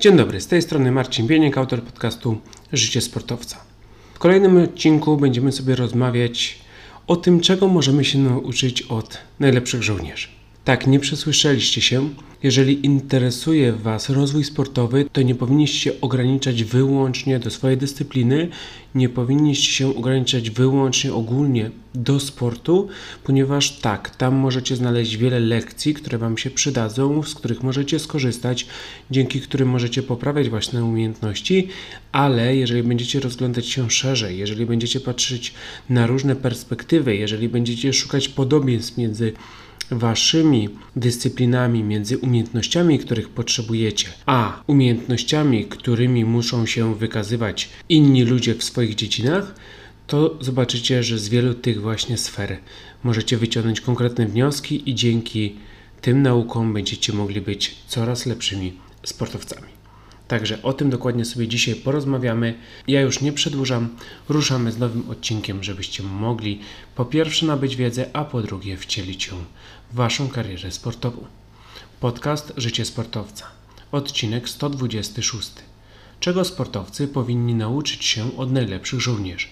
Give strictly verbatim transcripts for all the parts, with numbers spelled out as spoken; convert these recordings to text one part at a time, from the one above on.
Dzień dobry, z tej strony Marcin Bieniek, autor podcastu Życie Sportowca. W kolejnym odcinku będziemy sobie rozmawiać o tym, czego możemy się nauczyć od najlepszych żołnierzy. Tak, nie przesłyszeliście się. Jeżeli interesuje Was rozwój sportowy, to nie powinniście ograniczać wyłącznie do swojej dyscypliny, nie powinniście się ograniczać wyłącznie ogólnie do sportu, ponieważ tak, tam możecie znaleźć wiele lekcji, które Wam się przydadzą, z których możecie skorzystać, dzięki którym możecie poprawiać własne umiejętności, ale jeżeli będziecie rozglądać się szerzej, jeżeli będziecie patrzeć na różne perspektywy, jeżeli będziecie szukać podobieństw między Waszymi dyscyplinami, między umiejętnościami, których potrzebujecie, a umiejętnościami, którymi muszą się wykazywać inni ludzie w swoich dziedzinach, to zobaczycie, że z wielu tych właśnie sfer możecie wyciągnąć konkretne wnioski i dzięki tym naukom będziecie mogli być coraz lepszymi sportowcami. Także o tym dokładnie sobie dzisiaj porozmawiamy. Ja już nie przedłużam, ruszamy z nowym odcinkiem, żebyście mogli po pierwsze nabyć wiedzę, a po drugie wcielić ją w Waszą karierę sportową. Podcast Życie Sportowca. Odcinek sto dwudziesty szósty. Czego sportowcy powinni nauczyć się od najlepszych żołnierzy?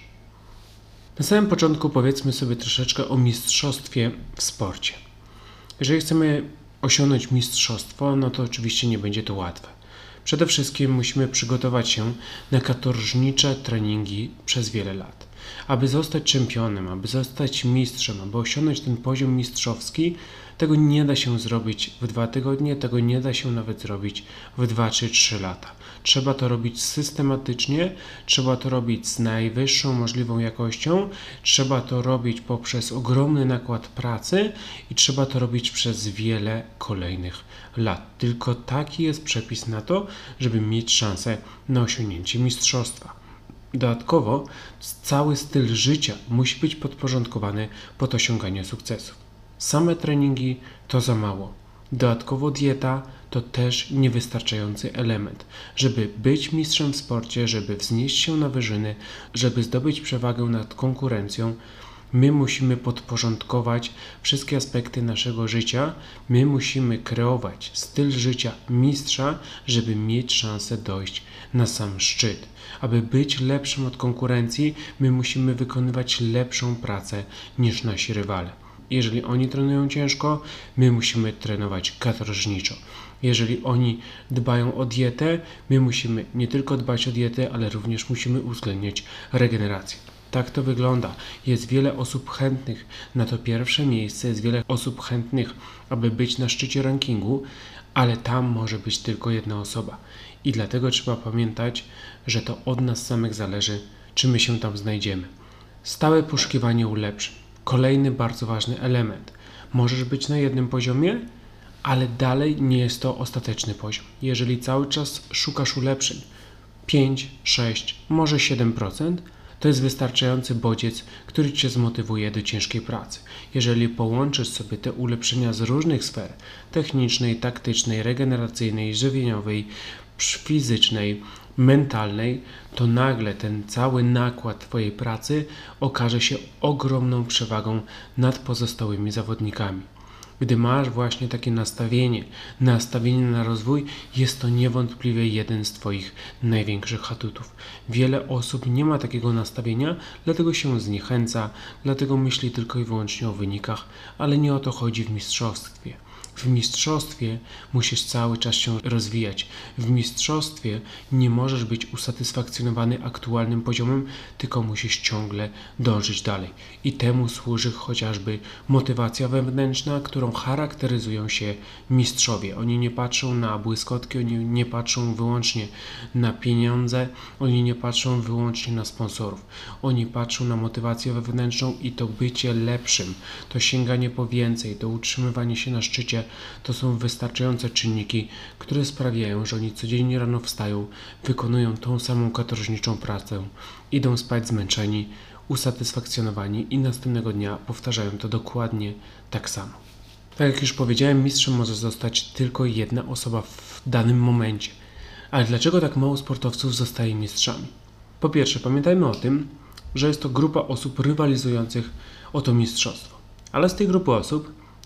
Na samym początku powiedzmy sobie troszeczkę o mistrzostwie w sporcie. Jeżeli chcemy osiągnąć mistrzostwo, no to oczywiście nie będzie to łatwe. Przede wszystkim musimy przygotować się na katorżnicze treningi przez wiele lat. Aby zostać czempionem, aby zostać mistrzem, aby osiągnąć ten poziom mistrzowski, tego nie da się zrobić w dwa tygodnie, tego nie da się nawet zrobić w dwa czy trzy lata. Trzeba to robić systematycznie, trzeba to robić z najwyższą możliwą jakością, trzeba to robić poprzez ogromny nakład pracy i trzeba to robić przez wiele kolejnych lat. Tylko taki jest przepis na to, żeby mieć szansę na osiągnięcie mistrzostwa. Dodatkowo cały styl życia musi być podporządkowany pod osiąganie sukcesów. Same treningi to za mało. Dodatkowo dieta to też niewystarczający element. Żeby być mistrzem w sporcie, żeby wznieść się na wyżyny, żeby zdobyć przewagę nad konkurencją, my musimy podporządkować wszystkie aspekty naszego życia, my musimy kreować styl życia mistrza, żeby mieć szansę dojść na sam szczyt. Aby być lepszym od konkurencji, my musimy wykonywać lepszą pracę niż nasi rywale. Jeżeli oni trenują ciężko, my musimy trenować katorżniczo. Jeżeli oni dbają o dietę, my musimy nie tylko dbać o dietę, ale również musimy uwzględniać regenerację. Tak to wygląda. Jest wiele osób chętnych na to pierwsze miejsce, jest wiele osób chętnych, aby być na szczycie rankingu, ale tam może być tylko jedna osoba. I dlatego trzeba pamiętać, że to od nas samych zależy, czy my się tam znajdziemy. Stałe poszukiwanie ulepszeń. Kolejny bardzo ważny element. Możesz być na jednym poziomie, ale dalej nie jest to ostateczny poziom. Jeżeli cały czas szukasz ulepszeń pięć, sześć, może siedem procent, to jest wystarczający bodziec, który Cię zmotywuje do ciężkiej pracy. Jeżeli połączysz sobie te ulepszenia z różnych sfer, technicznej, taktycznej, regeneracyjnej, żywieniowej, fizycznej, mentalnej, to nagle ten cały nakład Twojej pracy okaże się ogromną przewagą nad pozostałymi zawodnikami. Gdy masz właśnie takie nastawienie, nastawienie na rozwój, jest to niewątpliwie jeden z Twoich największych atutów. Wiele osób nie ma takiego nastawienia, dlatego się zniechęca, dlatego myśli tylko i wyłącznie o wynikach, ale nie o to chodzi w mistrzostwie. W mistrzostwie musisz cały czas się rozwijać. W mistrzostwie nie możesz być usatysfakcjonowany aktualnym poziomem, tylko musisz ciągle dążyć dalej. I temu służy chociażby motywacja wewnętrzna, którą charakteryzują się mistrzowie. Oni nie patrzą na błyskotki, oni nie patrzą wyłącznie na pieniądze, oni nie patrzą wyłącznie na sponsorów. Oni patrzą na motywację wewnętrzną i to bycie lepszym, to sięganie po więcej, to utrzymywanie się na szczycie, to są wystarczające czynniki, które sprawiają, że oni codziennie rano wstają, wykonują tą samą katorżniczą pracę, idą spać zmęczeni, usatysfakcjonowani i następnego dnia powtarzają to dokładnie tak samo. Tak jak już powiedziałem, mistrzem może zostać tylko jedna osoba w danym momencie. Ale dlaczego tak mało sportowców zostaje mistrzami? Po pierwsze, pamiętajmy o tym, że jest to grupa osób rywalizujących o to mistrzostwo. Ale z tej grupy osób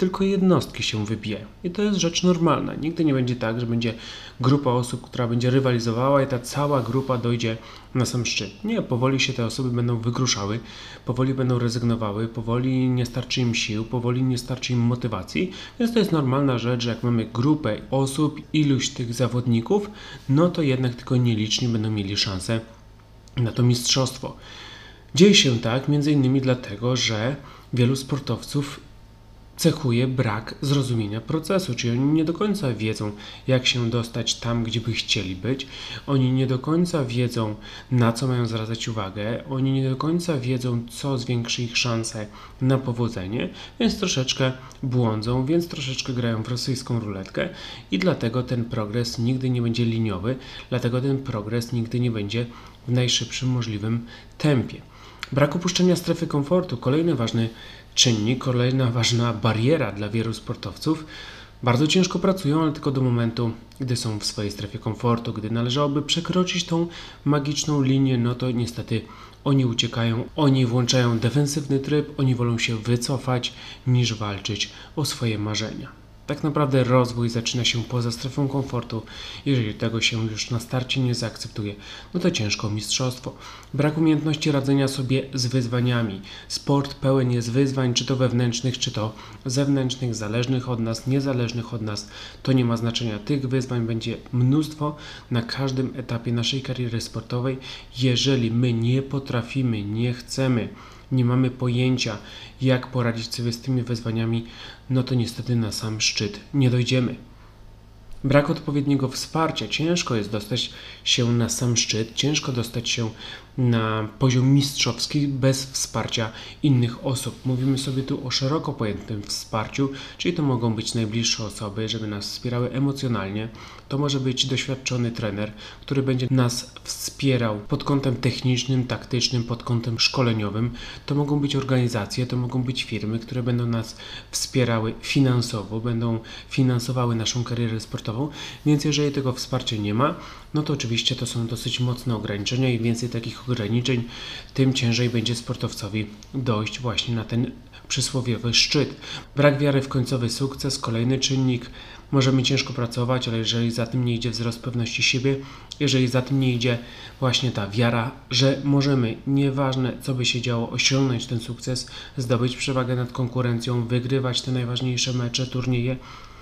tylko jednostki się wybijają. I to jest rzecz normalna. Nigdy nie będzie tak, że będzie grupa osób, która będzie rywalizowała i ta cała grupa dojdzie na sam szczyt. Nie, powoli się te osoby będą wykruszały, powoli będą rezygnowały, powoli nie starczy im sił, powoli nie starczy im motywacji, więc to jest normalna rzecz, że jak mamy grupę osób, iluś tych zawodników, no to jednak tylko nieliczni będą mieli szansę na to mistrzostwo. Dzieje się tak między innymi dlatego, że wielu sportowców cechuje brak zrozumienia procesu, czyli oni nie do końca wiedzą, jak się dostać tam, gdzie by chcieli być, oni nie do końca wiedzą, na co mają zwracać uwagę, oni nie do końca wiedzą, co zwiększy ich szanse na powodzenie, więc troszeczkę błądzą, więc troszeczkę grają w rosyjską ruletkę i dlatego ten progres nigdy nie będzie liniowy, dlatego ten progres nigdy nie będzie w najszybszym możliwym tempie. Brak opuszczenia strefy komfortu, kolejny ważny czynnik, kolejna ważna bariera dla wielu sportowców. Bardzo ciężko pracują, ale tylko do momentu, gdy są w swojej strefie komfortu, gdy należałoby przekroczyć tą magiczną linię, no to niestety oni uciekają, oni włączają defensywny tryb, oni wolą się wycofać niż walczyć o swoje marzenia. Tak naprawdę rozwój zaczyna się poza strefą komfortu. Jeżeli tego się już na starcie nie zaakceptuje, no to ciężko o mistrzostwo. Brak umiejętności radzenia sobie z wyzwaniami. Sport pełen jest wyzwań, czy to wewnętrznych, czy to zewnętrznych, zależnych od nas, niezależnych od nas. To nie ma znaczenia. Tych wyzwań będzie mnóstwo na każdym etapie naszej kariery sportowej. Jeżeli my nie potrafimy, nie chcemy, nie mamy pojęcia, jak poradzić sobie z tymi wyzwaniami, no to niestety na sam szczyt nie dojdziemy. Brak odpowiedniego wsparcia. Ciężko jest dostać się na sam szczyt, ciężko dostać się na poziom mistrzowski bez wsparcia innych osób. Mówimy sobie tu o szeroko pojętym wsparciu, czyli to mogą być najbliższe osoby, żeby nas wspierały emocjonalnie. To może być doświadczony trener, który będzie nas wspierał pod kątem technicznym, taktycznym, pod kątem szkoleniowym. To mogą być organizacje, to mogą być firmy, które będą nas wspierały finansowo, będą finansowały naszą karierę sportową, więc jeżeli tego wsparcia nie ma, no to oczywiście to są dosyć mocne ograniczenia i więcej takich ograniczeń, tym ciężej będzie sportowcowi dojść właśnie na ten przysłowiowy szczyt. Brak wiary w końcowy sukces, kolejny czynnik. Możemy ciężko pracować, ale jeżeli za tym nie idzie wzrost pewności siebie, jeżeli za tym nie idzie właśnie ta wiara, że możemy, nieważne co by się działo, osiągnąć ten sukces, zdobyć przewagę nad konkurencją, wygrywać te najważniejsze mecze, turnieje,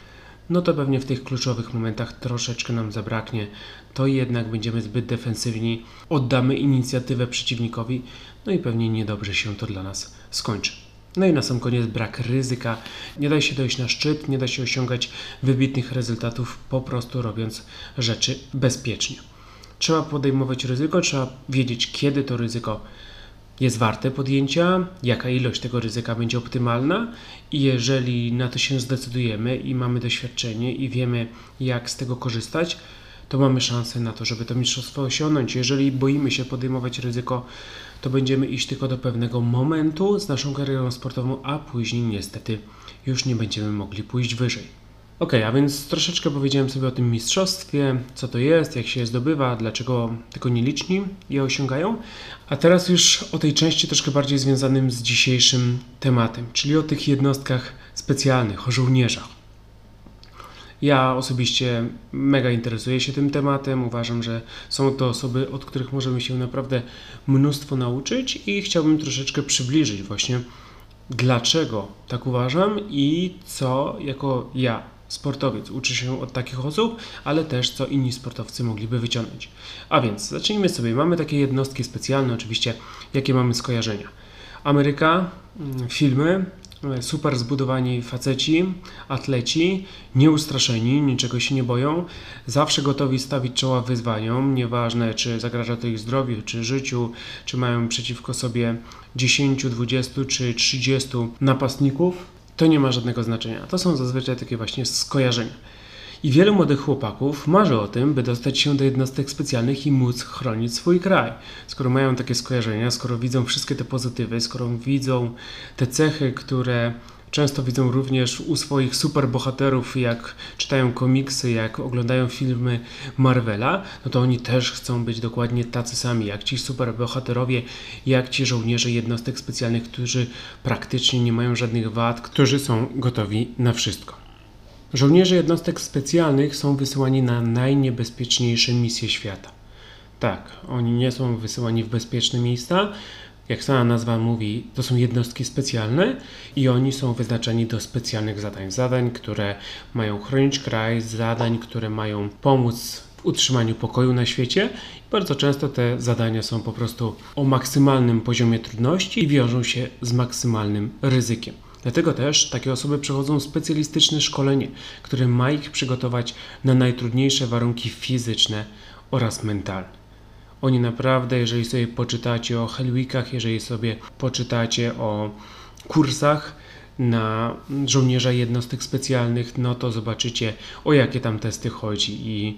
no to pewnie w tych kluczowych momentach troszeczkę nam zabraknie. To jednak będziemy zbyt defensywni, oddamy inicjatywę przeciwnikowi, no i pewnie niedobrze się to dla nas skończy. No i na sam koniec brak ryzyka. Nie da się dojść na szczyt, nie da się osiągać wybitnych rezultatów po prostu robiąc rzeczy bezpiecznie. Trzeba podejmować ryzyko, trzeba wiedzieć, kiedy to ryzyko jest warte podjęcia, jaka ilość tego ryzyka będzie optymalna i jeżeli na to się zdecydujemy i mamy doświadczenie i wiemy, jak z tego korzystać, to mamy szansę na to, żeby to mistrzostwo osiągnąć. Jeżeli boimy się podejmować ryzyko, to będziemy iść tylko do pewnego momentu z naszą karierą sportową, a później niestety już nie będziemy mogli pójść wyżej. Ok, a więc troszeczkę powiedziałem sobie o tym mistrzostwie, co to jest, jak się je zdobywa, dlaczego tylko nieliczni je osiągają. A teraz już o tej części troszkę bardziej związanym z dzisiejszym tematem, czyli o tych jednostkach specjalnych, o żołnierzach. Ja osobiście mega interesuję się tym tematem, uważam, że są to osoby, od których możemy się naprawdę mnóstwo nauczyć i chciałbym troszeczkę przybliżyć właśnie, dlaczego tak uważam i co jako ja, sportowiec, uczy się od takich osób, ale też co inni sportowcy mogliby wyciągnąć. A więc zacznijmy sobie. Mamy takie jednostki specjalne, oczywiście, jakie mamy skojarzenia. Ameryka, filmy, super zbudowani faceci, atleci, nieustraszeni, niczego się nie boją, zawsze gotowi stawić czoła wyzwaniom, nieważne czy zagraża to ich zdrowiu, czy życiu, czy mają przeciwko sobie dziesięć, dwadzieścia czy trzydzieści napastników, to nie ma żadnego znaczenia. To są zazwyczaj takie właśnie skojarzenia. I wielu młodych chłopaków marzy o tym, by dostać się do jednostek specjalnych i móc chronić swój kraj. Skoro mają takie skojarzenia, skoro widzą wszystkie te pozytywy, skoro widzą te cechy, które Często widzą również u swoich superbohaterów, jak czytają komiksy, jak oglądają filmy Marvela, no to oni też chcą być dokładnie tacy sami, jak ci superbohaterowie, jak ci żołnierze jednostek specjalnych, którzy praktycznie nie mają żadnych wad, którzy są gotowi na wszystko. Żołnierze jednostek specjalnych są wysyłani na najniebezpieczniejsze misje świata. Tak, oni nie są wysyłani w bezpieczne miejsca. Jak sama nazwa mówi, to są jednostki specjalne i oni są wyznaczeni do specjalnych zadań. Zadań, które mają chronić kraj, zadań, które mają pomóc w utrzymaniu pokoju na świecie. I bardzo często te zadania są po prostu o maksymalnym poziomie trudności i wiążą się z maksymalnym ryzykiem. Dlatego też takie osoby przechodzą specjalistyczne szkolenie, które ma ich przygotować na najtrudniejsze warunki fizyczne oraz mentalne. Oni naprawdę, jeżeli sobie poczytacie o Hellweekach, jeżeli sobie poczytacie o kursach na żołnierza jednostek specjalnych, no to zobaczycie, o jakie tam testy chodzi i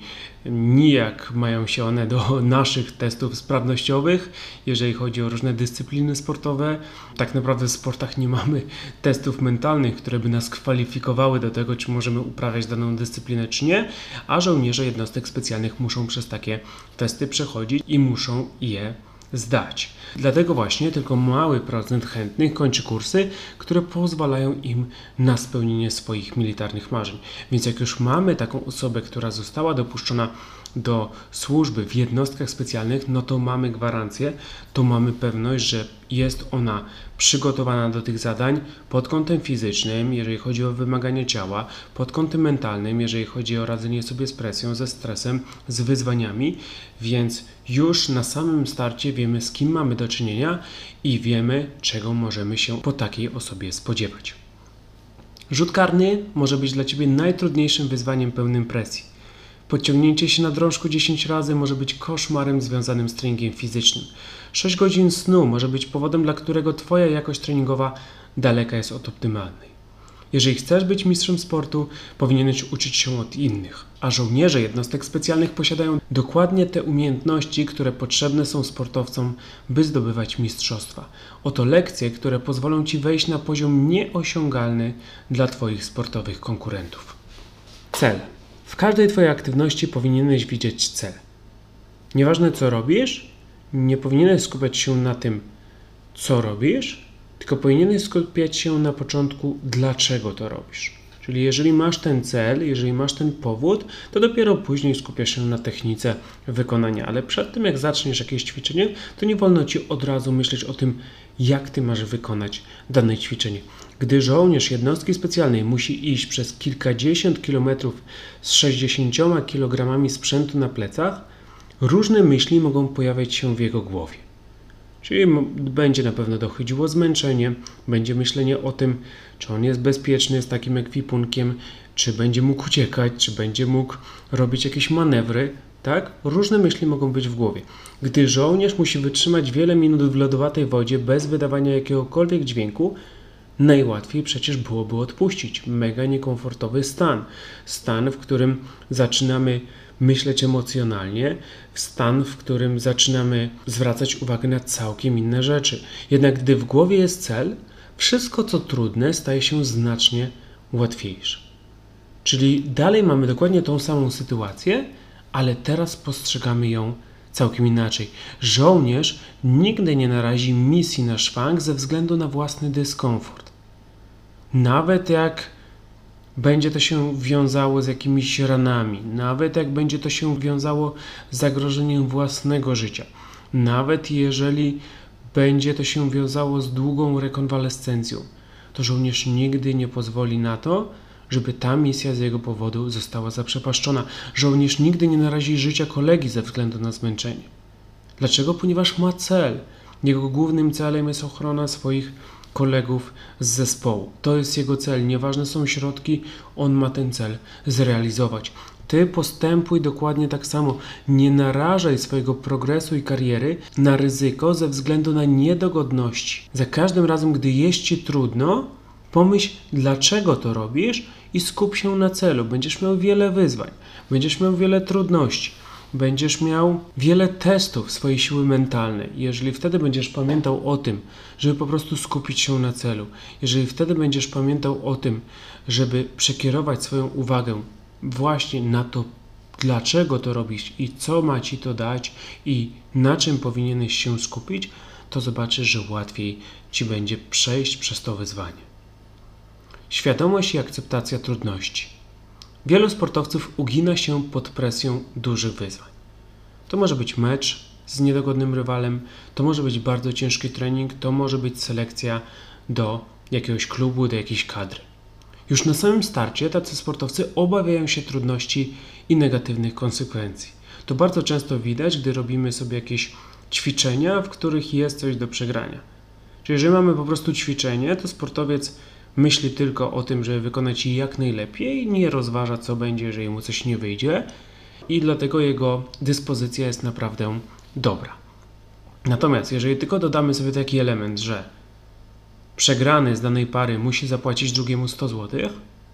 nijak mają się one do naszych testów sprawnościowych, jeżeli chodzi o różne dyscypliny sportowe. Tak naprawdę w sportach nie mamy testów mentalnych, które by nas kwalifikowały do tego, czy możemy uprawiać daną dyscyplinę, czy nie, a żołnierze jednostek specjalnych muszą przez takie testy przechodzić i muszą je zdać. Dlatego właśnie tylko mały procent chętnych kończy kursy, które pozwalają im na spełnienie swoich militarnych marzeń. Więc jak już mamy taką osobę, która została dopuszczona do służby w jednostkach specjalnych, no to mamy gwarancję, to mamy pewność, że jest ona przygotowana do tych zadań pod kątem fizycznym, jeżeli chodzi o wymagania ciała, pod kątem mentalnym, jeżeli chodzi o radzenie sobie z presją, ze stresem, z wyzwaniami, więc już na samym starcie wiemy, z kim mamy do czynienia i wiemy, czego możemy się po takiej osobie spodziewać. Rzut karny może być dla Ciebie najtrudniejszym wyzwaniem pełnym presji. Podciągnięcie się na drążku dziesięć razy może być koszmarem związanym z treningiem fizycznym. sześć godzin snu może być powodem, dla którego Twoja jakość treningowa daleka jest od optymalnej. Jeżeli chcesz być mistrzem sportu, powinieneś uczyć się od innych, a żołnierze jednostek specjalnych posiadają dokładnie te umiejętności, które potrzebne są sportowcom, by zdobywać mistrzostwa. Oto lekcje, które pozwolą Ci wejść na poziom nieosiągalny dla Twoich sportowych konkurentów. Cel. W każdej Twojej aktywności powinieneś widzieć cel. Nieważne co robisz, nie powinieneś skupiać się na tym, co robisz, tylko powinieneś skupiać się na początku, dlaczego to robisz. Czyli jeżeli masz ten cel, jeżeli masz ten powód, to dopiero później skupiasz się na technice wykonania. Ale przed tym, jak zaczniesz jakieś ćwiczenie, to nie wolno Ci od razu myśleć o tym, jak Ty masz wykonać dane ćwiczenie. Gdy żołnierz jednostki specjalnej musi iść przez kilkadziesiąt kilometrów z sześćdziesięcioma kilogramami sprzętu na plecach, różne myśli mogą pojawiać się w jego głowie. Czyli będzie na pewno dochodziło zmęczenie, będzie myślenie o tym, czy on jest bezpieczny z takim ekwipunkiem, czy będzie mógł uciekać, czy będzie mógł robić jakieś manewry. Tak? Różne myśli mogą być w głowie. Gdy żołnierz musi wytrzymać wiele minut w lodowatej wodzie bez wydawania jakiegokolwiek dźwięku, najłatwiej przecież byłoby odpuścić. Mega niekomfortowy stan. Stan, w którym zaczynamy myśleć emocjonalnie, stan, w którym zaczynamy zwracać uwagę na całkiem inne rzeczy. Jednak gdy w głowie jest cel, wszystko co trudne staje się znacznie łatwiejsze. Czyli dalej mamy dokładnie tą samą sytuację, ale teraz postrzegamy ją całkiem inaczej. Żołnierz nigdy nie narazi misji na szwank ze względu na własny dyskomfort. Nawet jak będzie to się wiązało z jakimiś ranami, nawet jak będzie to się wiązało z zagrożeniem własnego życia, nawet jeżeli będzie to się wiązało z długą rekonwalescencją, to żołnierz nigdy nie pozwoli na to, żeby ta misja z jego powodu została zaprzepaszczona. Żołnierz nigdy nie narazi życia kolegi ze względu na zmęczenie. Dlaczego? Ponieważ ma cel. Jego głównym celem jest ochrona swoich kolegów z zespołu. To jest jego cel. Nieważne są środki, on ma ten cel zrealizować. Ty postępuj dokładnie tak samo. Nie narażaj swojego progresu i kariery na ryzyko ze względu na niedogodności. Za każdym razem, gdy jest Ci trudno, pomyśl, dlaczego to robisz i skup się na celu. Będziesz miał wiele wyzwań, będziesz miał wiele trudności. Będziesz miał wiele testów swojej siły mentalnej. Jeżeli wtedy będziesz pamiętał o tym, żeby po prostu skupić się na celu, jeżeli wtedy będziesz pamiętał o tym, żeby przekierować swoją uwagę właśnie na to, dlaczego to robisz i co ma ci to dać i na czym powinieneś się skupić, to zobaczysz, że łatwiej ci będzie przejść przez to wyzwanie. Świadomość i akceptacja trudności. Wielu sportowców ugina się pod presją dużych wyzwań. To może być mecz z niedogodnym rywalem, to może być bardzo ciężki trening, to może być selekcja do jakiegoś klubu, do jakiejś kadry. Już na samym starcie tacy sportowcy obawiają się trudności i negatywnych konsekwencji. To bardzo często widać, gdy robimy sobie jakieś ćwiczenia, w których jest coś do przegrania. Czyli jeżeli mamy po prostu ćwiczenie, to sportowiec myśli tylko o tym, żeby wykonać je jak najlepiej, nie rozważa, co będzie, jeżeli mu coś nie wyjdzie i dlatego jego dyspozycja jest naprawdę dobra. Natomiast jeżeli tylko dodamy sobie taki element, że przegrany z danej pary musi zapłacić drugiemu sto złotych,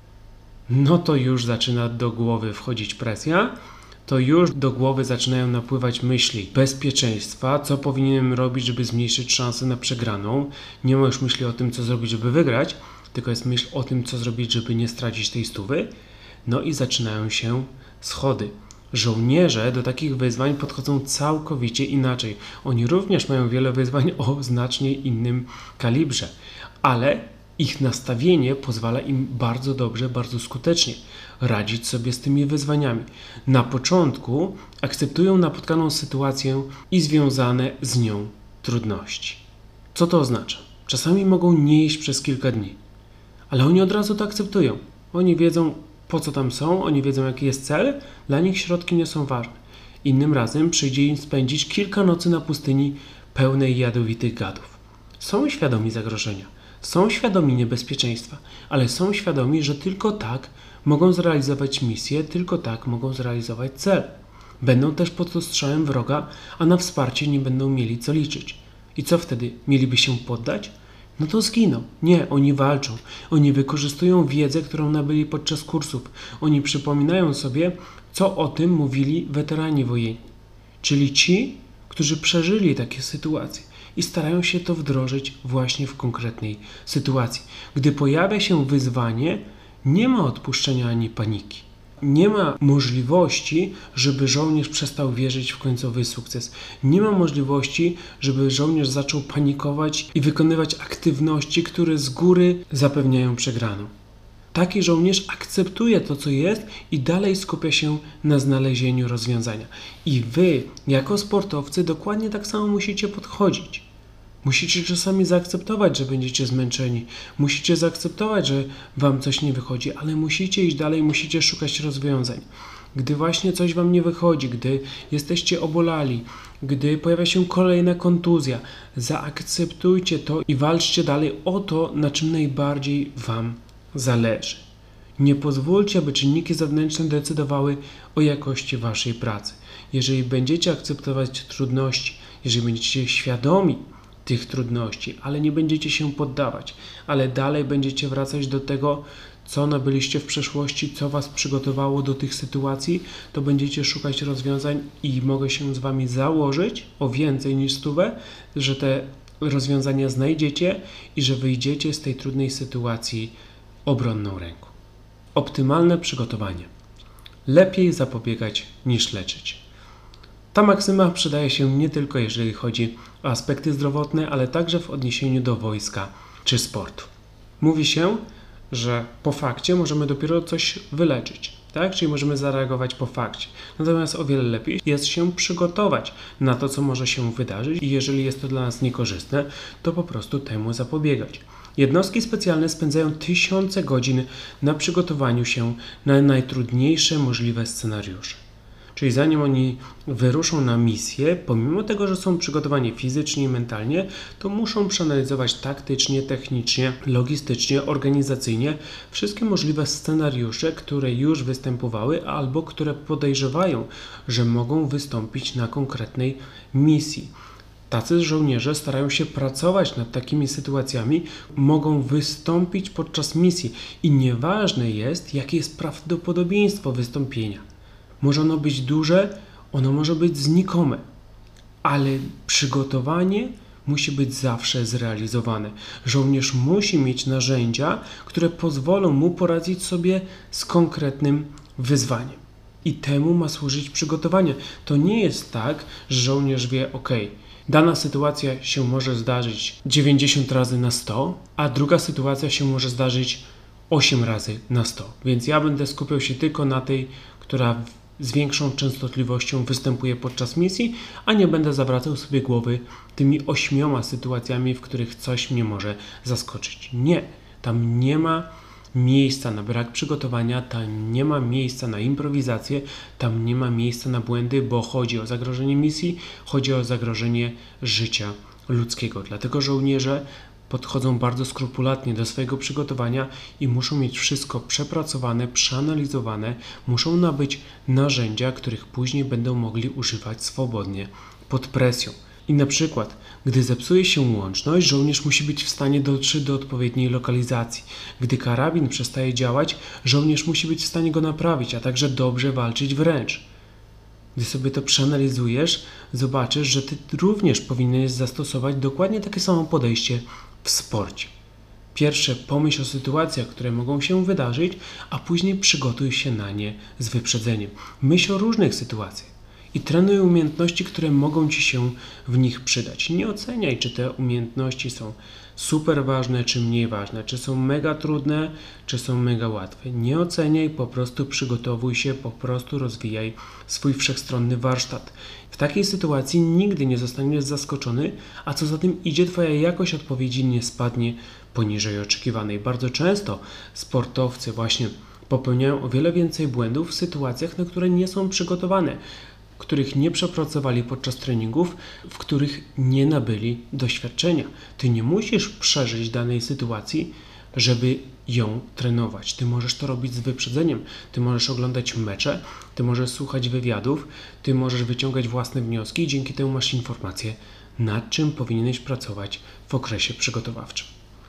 no to już zaczyna do głowy wchodzić presja, to już do głowy zaczynają napływać myśli bezpieczeństwa, co powinienem robić, żeby zmniejszyć szansę na przegraną. Nie ma już myśli o tym, co zrobić, żeby wygrać, tylko jest myśl o tym, co zrobić, żeby nie stracić tej stówy. No i zaczynają się schody. Żołnierze do takich wyzwań podchodzą całkowicie inaczej. Oni również mają wiele wyzwań o znacznie innym kalibrze, ale ich nastawienie pozwala im bardzo dobrze, bardzo skutecznie radzić sobie z tymi wyzwaniami. Na początku akceptują napotkaną sytuację i związane z nią trudności. Co to oznacza? Czasami mogą nie jeść przez kilka dni, ale oni od razu to akceptują. Oni wiedzą, po co tam są, oni wiedzą, jaki jest cel, dla nich środki nie są ważne. Innym razem przyjdzie im spędzić kilka nocy na pustyni pełnej jadowitych gadów. Są świadomi zagrożenia, są świadomi niebezpieczeństwa, ale są świadomi, że tylko tak mogą zrealizować misję, tylko tak mogą zrealizować cel. Będą też pod ostrzałem wroga, a na wsparcie nie będą mieli co liczyć. I co wtedy? Mieliby się poddać? No to zginą. Nie, oni walczą. Oni wykorzystują wiedzę, którą nabyli podczas kursów. Oni przypominają sobie, co o tym mówili weterani wojenni. Czyli ci, którzy przeżyli takie sytuacje i starają się to wdrożyć właśnie w konkretnej sytuacji. Gdy pojawia się wyzwanie, nie ma odpuszczenia ani paniki. Nie ma możliwości, żeby żołnierz przestał wierzyć w końcowy sukces. Nie ma możliwości, żeby żołnierz zaczął panikować i wykonywać aktywności, które z góry zapewniają przegraną. Taki żołnierz akceptuje to, co jest i dalej skupia się na znalezieniu rozwiązania. I wy, jako sportowcy, dokładnie tak samo musicie podchodzić. Musicie czasami zaakceptować, że będziecie zmęczeni. Musicie zaakceptować, że wam coś nie wychodzi, ale musicie iść dalej, musicie szukać rozwiązań. Gdy właśnie coś wam nie wychodzi, gdy jesteście obolali, gdy pojawia się kolejna kontuzja, zaakceptujcie to i walczcie dalej o to, na czym najbardziej wam zależy. Nie pozwólcie, aby czynniki zewnętrzne decydowały o jakości waszej pracy. Jeżeli będziecie akceptować trudności, jeżeli będziecie świadomi tych trudności, ale nie będziecie się poddawać, ale dalej będziecie wracać do tego, co nabyliście w przeszłości, co was przygotowało do tych sytuacji, to będziecie szukać rozwiązań i mogę się z wami założyć o więcej niż stówę, że te rozwiązania znajdziecie i że wyjdziecie z tej trudnej sytuacji obronną ręką. Optymalne przygotowanie. Lepiej zapobiegać niż leczyć. Ta maksyma przydaje się nie tylko jeżeli chodzi o aspekty zdrowotne, ale także w odniesieniu do wojska czy sportu. Mówi się, że po fakcie możemy dopiero coś wyleczyć, tak? Czyli możemy zareagować po fakcie. Natomiast o wiele lepiej jest się przygotować na to, co może się wydarzyć i jeżeli jest to dla nas niekorzystne, to po prostu temu zapobiegać. Jednostki specjalne spędzają tysiące godzin na przygotowaniu się na najtrudniejsze możliwe scenariusze. Czyli zanim oni wyruszą na misję, pomimo tego, że są przygotowani fizycznie i mentalnie, to muszą przeanalizować taktycznie, technicznie, logistycznie, organizacyjnie wszystkie możliwe scenariusze, które już występowały albo które podejrzewają, że mogą wystąpić na konkretnej misji. Tacy żołnierze starają się pracować nad takimi sytuacjami, mogą wystąpić podczas misji i nieważne jest, jakie jest prawdopodobieństwo wystąpienia. Może ono być duże, ono może być znikome, ale przygotowanie musi być zawsze zrealizowane. Żołnierz musi mieć narzędzia, które pozwolą mu poradzić sobie z konkretnym wyzwaniem. I temu ma służyć przygotowanie. To nie jest tak, że żołnierz wie, ok, dana sytuacja się może zdarzyć dziewięćdziesiąt razy na sto, a druga sytuacja się może zdarzyć osiem razy na sto. Więc ja będę skupiał się tylko na tej, która z większą częstotliwością występuje podczas misji, a nie będę zawracał sobie głowy tymi ośmioma sytuacjami, w których coś mnie może zaskoczyć. Nie, tam nie ma miejsca na brak przygotowania, tam nie ma miejsca na improwizację, tam nie ma miejsca na błędy, bo chodzi o zagrożenie misji, chodzi o zagrożenie życia ludzkiego. Dlatego żołnierze podchodzą bardzo skrupulatnie do swojego przygotowania i muszą mieć wszystko przepracowane, przeanalizowane, muszą nabyć narzędzia, których później będą mogli używać swobodnie pod presją. I na przykład, gdy zepsuje się łączność, żołnierz musi być w stanie dotrzeć do odpowiedniej lokalizacji. Gdy karabin przestaje działać, żołnierz musi być w stanie go naprawić, a także dobrze walczyć wręcz. Gdy sobie to przeanalizujesz, zobaczysz, że ty również powinieneś zastosować dokładnie takie samo podejście w sporcie. Pierwsze pomyśl o sytuacjach, które mogą się wydarzyć, a później przygotuj się na nie z wyprzedzeniem. Myśl o różnych sytuacjach i trenuj umiejętności, które mogą ci się w nich przydać. Nie oceniaj, czy te umiejętności są super ważne, czy mniej ważne, czy są mega trudne, czy są mega łatwe. Nie oceniaj, po prostu przygotowuj się, po prostu rozwijaj swój wszechstronny warsztat. W takiej sytuacji nigdy nie zostaniesz zaskoczony, a co za tym idzie, twoja jakość odpowiedzi nie spadnie poniżej oczekiwanej. Bardzo często sportowcy właśnie popełniają o wiele więcej błędów w sytuacjach, na które nie są przygotowane, których nie przepracowali podczas treningów, w których nie nabyli doświadczenia. Ty nie musisz przeżyć danej sytuacji, żeby ją trenować. Ty możesz to robić z wyprzedzeniem. Ty możesz oglądać mecze, ty możesz słuchać wywiadów, ty możesz wyciągać własne wnioski i dzięki temu masz informację, nad czym powinieneś pracować w okresie przygotowawczym.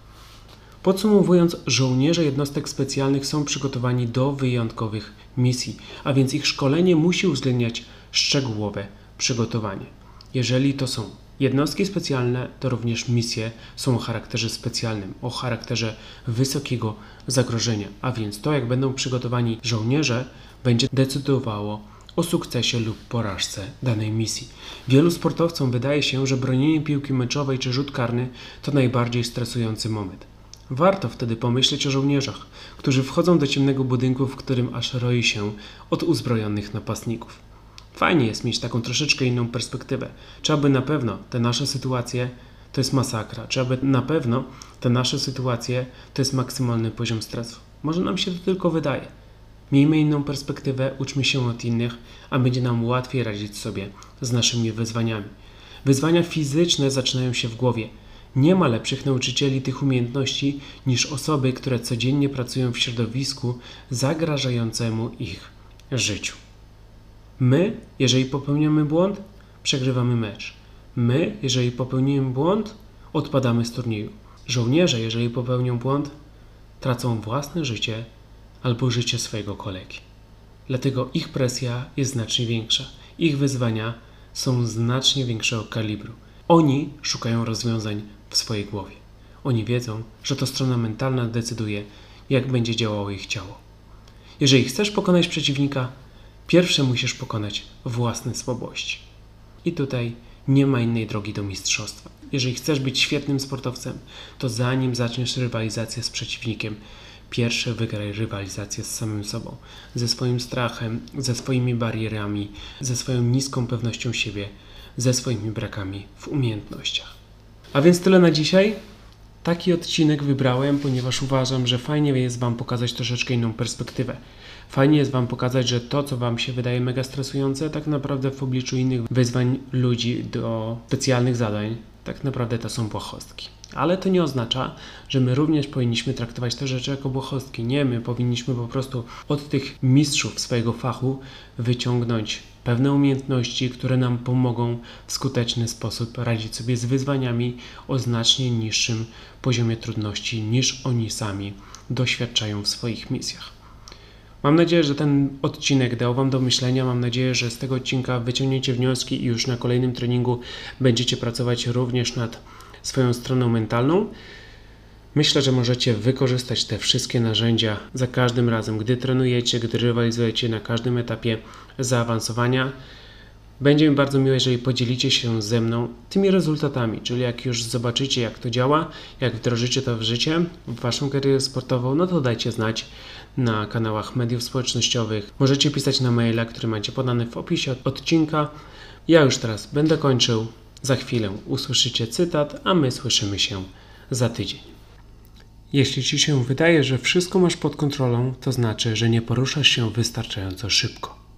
Podsumowując, żołnierze jednostek specjalnych są przygotowani do wyjątkowych misji, a więc ich szkolenie musi uwzględniać szczegółowe przygotowanie. Jeżeli to są jednostki specjalne, to również misje są o charakterze specjalnym, o charakterze wysokiego zagrożenia, a więc to, jak będą przygotowani żołnierze, będzie decydowało o sukcesie lub porażce danej misji. Wielu sportowcom wydaje się, że bronienie piłki meczowej czy rzut karny to najbardziej stresujący moment. Warto wtedy pomyśleć o żołnierzach, którzy wchodzą do ciemnego budynku, w którym aż roi się od uzbrojonych napastników. Fajnie jest mieć taką troszeczkę inną perspektywę. Czy aby na pewno te nasze sytuacje to jest masakra? Czy aby na pewno te nasze sytuacje to jest maksymalny poziom stresu? Może nam się to tylko wydaje. Miejmy inną perspektywę, uczmy się od innych, a będzie nam łatwiej radzić sobie z naszymi wyzwaniami. Wyzwania fizyczne zaczynają się w głowie. Nie ma lepszych nauczycieli tych umiejętności niż osoby, które codziennie pracują w środowisku zagrażającemu ich życiu. My, jeżeli popełniamy błąd, przegrywamy mecz. My, jeżeli popełnimy błąd, odpadamy z turnieju. Żołnierze, jeżeli popełnią błąd, tracą własne życie albo życie swojego kolegi. Dlatego ich presja jest znacznie większa. Ich wyzwania są znacznie większego kalibru. Oni szukają rozwiązań w swojej głowie. Oni wiedzą, że to strona mentalna decyduje, jak będzie działało ich ciało. Jeżeli chcesz pokonać przeciwnika, pierwsze musisz pokonać własne słabości. I tutaj nie ma innej drogi do mistrzostwa. Jeżeli chcesz być świetnym sportowcem, to zanim zaczniesz rywalizację z przeciwnikiem, pierwsze wygraj rywalizację z samym sobą, ze swoim strachem, ze swoimi barierami, ze swoją niską pewnością siebie, ze swoimi brakami w umiejętnościach. A więc tyle na dzisiaj. Taki odcinek wybrałem, ponieważ uważam, że fajnie jest Wam pokazać troszeczkę inną perspektywę. Fajnie jest Wam pokazać, że to, co Wam się wydaje mega stresujące, tak naprawdę w obliczu innych wyzwań ludzi do specjalnych zadań, tak naprawdę to są błahostki. Ale to nie oznacza, że my również powinniśmy traktować te rzeczy jako błahostki. Nie, my powinniśmy po prostu od tych mistrzów swojego fachu wyciągnąć pewne umiejętności, które nam pomogą w skuteczny sposób radzić sobie z wyzwaniami o znacznie niższym poziomie trudności niż oni sami doświadczają w swoich misjach. Mam nadzieję, że ten odcinek dał Wam do myślenia. Mam nadzieję, że z tego odcinka wyciągniecie wnioski i już na kolejnym treningu będziecie pracować również nad swoją stroną mentalną. Myślę, że możecie wykorzystać te wszystkie narzędzia za każdym razem, gdy trenujecie, gdy rywalizujecie na każdym etapie zaawansowania. Będzie mi bardzo miło, jeżeli podzielicie się ze mną tymi rezultatami, czyli jak już zobaczycie, jak to działa, jak wdrożycie to w życie, w Waszą karierę sportową, no to dajcie znać na kanałach mediów społecznościowych. Możecie pisać na maila, który macie podany w opisie odcinka. Ja już teraz będę kończył. Za chwilę usłyszycie cytat, a my słyszymy się za tydzień. Jeśli Ci się wydaje, że wszystko masz pod kontrolą, to znaczy, że nie poruszasz się wystarczająco szybko.